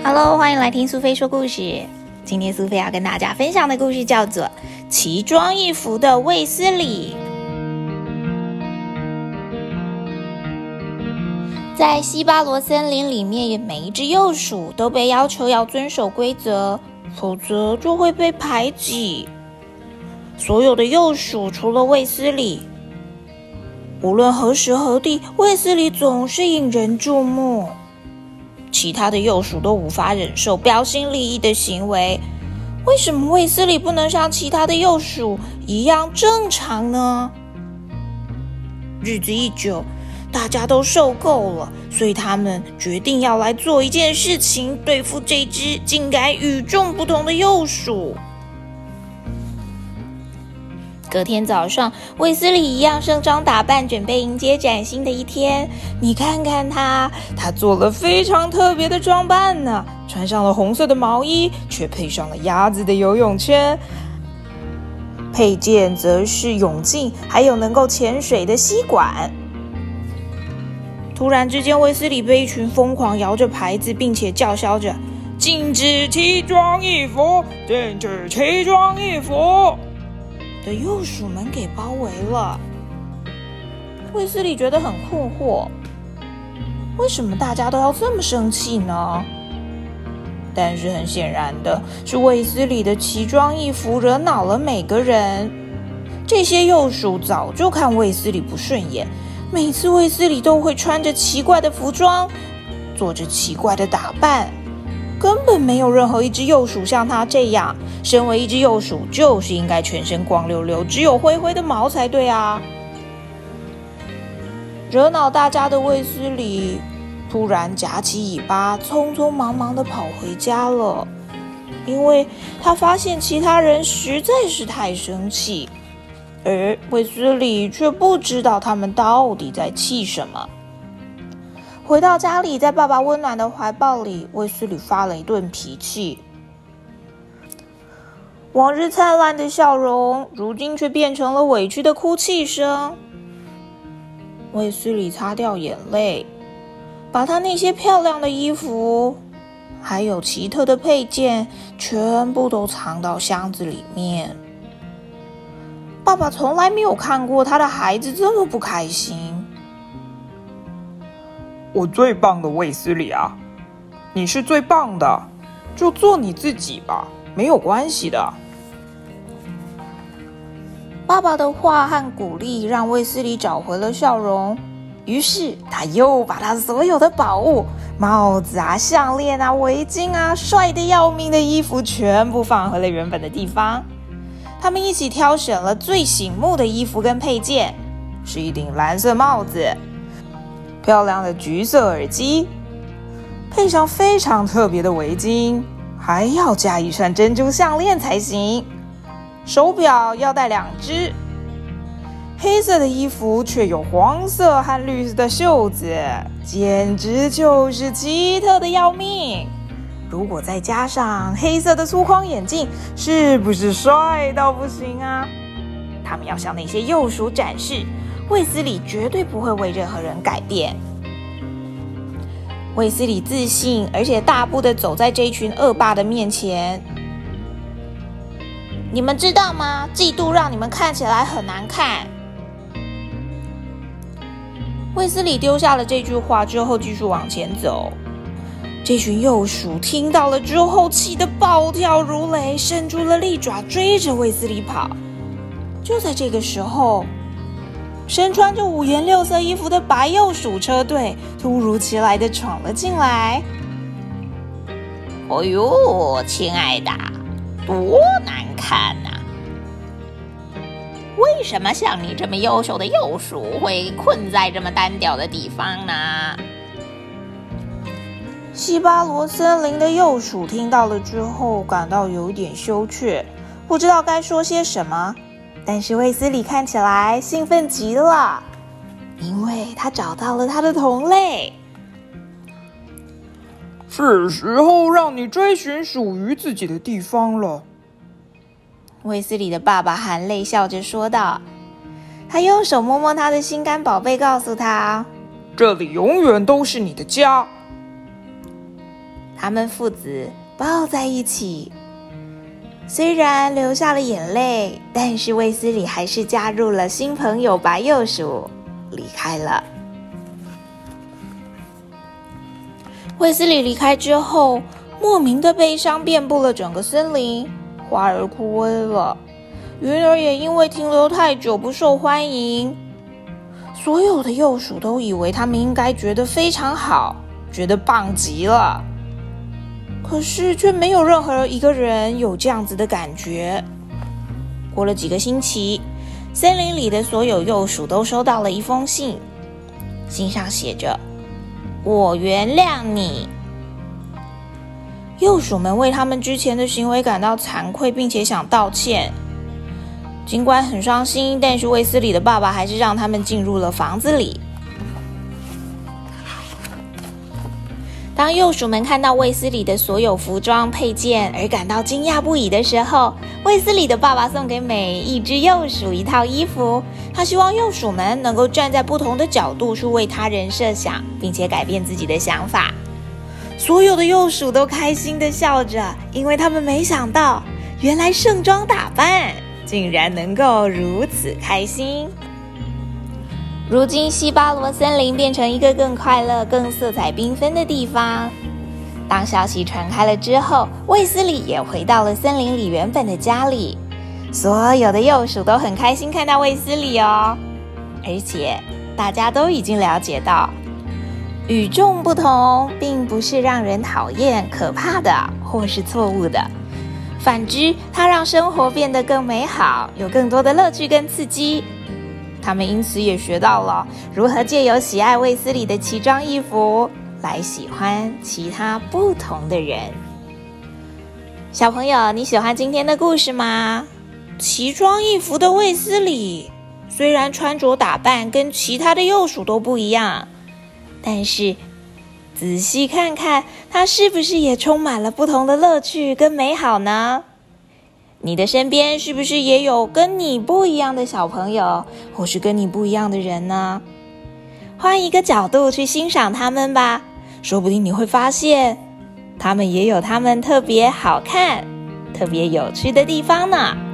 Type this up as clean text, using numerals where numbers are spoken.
Hello， 欢迎来听苏菲说故事。今天苏菲要跟大家分享的故事叫做《奇装异服的卫斯理》。在西巴罗森林里面，每一只幼鼠都被要求要遵守规则，否则就会被排挤。所有的幼鼠除了卫斯理，无论何时何地，卫斯理总是引人注目。其他的幼鼠都无法忍受标新立异的行为，为什么卫斯理不能像其他的幼鼠一样正常呢？日子一久，大家都受够了，所以他们决定要来做一件事情，对付这只竟敢与众不同的幼鼠。隔天早上，卫斯理一样盛装打扮，准备迎接崭新的一天。你看看他做了非常特别的装扮呢，穿上了红色的毛衣，却配上了鸭子的游泳圈，配件则是泳镜，还有能够潜水的吸管。突然之间，卫斯理被一群疯狂摇着牌子并且叫嚣着“禁止奇装异服，禁止奇装异服”的幼鼠们给包围了。卫斯理觉得很困惑，为什么大家都要这么生气呢？但是很显然的是，卫斯理的奇装异服惹恼了每个人。这些幼鼠早就看卫斯理不顺眼，每次卫斯理都会穿着奇怪的服装，做着奇怪的打扮，根本没有任何一只幼鼠像他这样。身为一只幼鼠，就是应该全身光溜溜，只有灰灰的毛才对啊！惹恼大家的卫斯理突然夹起尾巴，匆匆忙忙地跑回家了，因为他发现其他人实在是太生气，而卫斯理却不知道他们到底在气什么。回到家里，在爸爸温暖的怀抱里，卫斯理发了一顿脾气。往日灿烂的笑容，如今却变成了委屈的哭泣声。卫斯理擦掉眼泪，把他那些漂亮的衣服，还有奇特的配件，全部都藏到箱子里面。爸爸从来没有看过他的孩子这么不开心。 我最棒的卫斯理啊，你是最棒的，就做你自己吧，没有关系的。 爸爸的话和鼓励让卫斯理找回了笑容，于是他又把他所有的宝物，帽子啊、项链啊、围巾啊、帅得要命的衣服全部放回了原本的地方。他们一起挑选了最醒目的衣服跟配件，是一顶蓝色帽子，漂亮的橘色耳机，配上非常特别的围巾，还要加一串珍珠项链才行。手表要戴2只，黑色的衣服却有黄色和绿色的袖子，简直就是奇特的要命。如果再加上黑色的粗框眼镜，是不是帅到不行啊？他们要向那些幼鼠展示，卫斯理绝对不会为任何人改变。卫斯理自信而且大步地走在这群恶霸的面前。你们知道吗？嫉妒让你们看起来很难看。卫斯理丢下了这句话之后，继续往前走。这群幼鼠听到了之后，气得暴跳如雷，伸出了利爪追着卫斯理跑。就在这个时候，身穿着5颜6色衣服的白幼鼠车队突如其来的闯了进来。哎呦，亲爱的，多难看啊！为什么像你这么优秀的幼鼠会困在这么单调的地方呢？西巴罗森林的幼鼠听到了之后，感到有点羞怯，不知道该说些什么。但是卫斯理看起来兴奋极了，因为他找到了他的同类。 是时候让你追寻属于自己的地方了。 卫斯理的爸爸含泪笑着说道，他用手摸摸他的心肝宝贝，告诉他， 这里永远都是你的家。 他们父子抱在一起。虽然流下了眼泪，但是卫斯理还是加入了新朋友白鼬鼠，离开了。卫斯理离开之后，莫名的悲伤遍布了整个森林，花儿枯萎了，云儿也因为停留太久不受欢迎。所有的鼬鼠都以为他们应该觉得非常好，觉得棒极了，可是却没有任何一个人有这样子的感觉。过了几个星期，森林里的所有鼬鼠都收到了一封信，信上写着：我原谅你。鼬鼠们为他们之前的行为感到惭愧，并且想道歉。尽管很伤心，但是卫斯理的爸爸还是让他们进入了房子里。当鼬鼠们看到卫斯理的所有服装配件而感到惊讶不已的时候，卫斯理的爸爸送给每一只鼬鼠一套衣服。他希望鼬鼠们能够站在不同的角度去为他人设想，并且改变自己的想法。所有的鼬鼠都开心地笑着，因为他们没想到，原来盛装打扮竟然能够如此开心。如今西巴罗森林变成一个更快乐、更色彩缤纷的地方。当消息传开了之后，卫斯理也回到了森林里原本的家里。所有的鼬鼠都很开心看到卫斯理哦，而且大家都已经了解到，与众不同并不是让人讨厌、可怕的或是错误的。反之，它让生活变得更美好，有更多的乐趣跟刺激。他们因此也学到了如何借由喜爱卫斯理的奇装异服来喜欢其他不同的人。小朋友，你喜欢今天的故事吗？奇装异服的卫斯理虽然穿着打扮跟其他的鼬鼠都不一样，但是仔细看看，它是不是也充满了不同的乐趣跟美好呢？你的身边是不是也有跟你不一样的小朋友，或是跟你不一样的人呢？换一个角度去欣赏他们吧，说不定你会发现，他们也有他们特别好看、特别有趣的地方呢。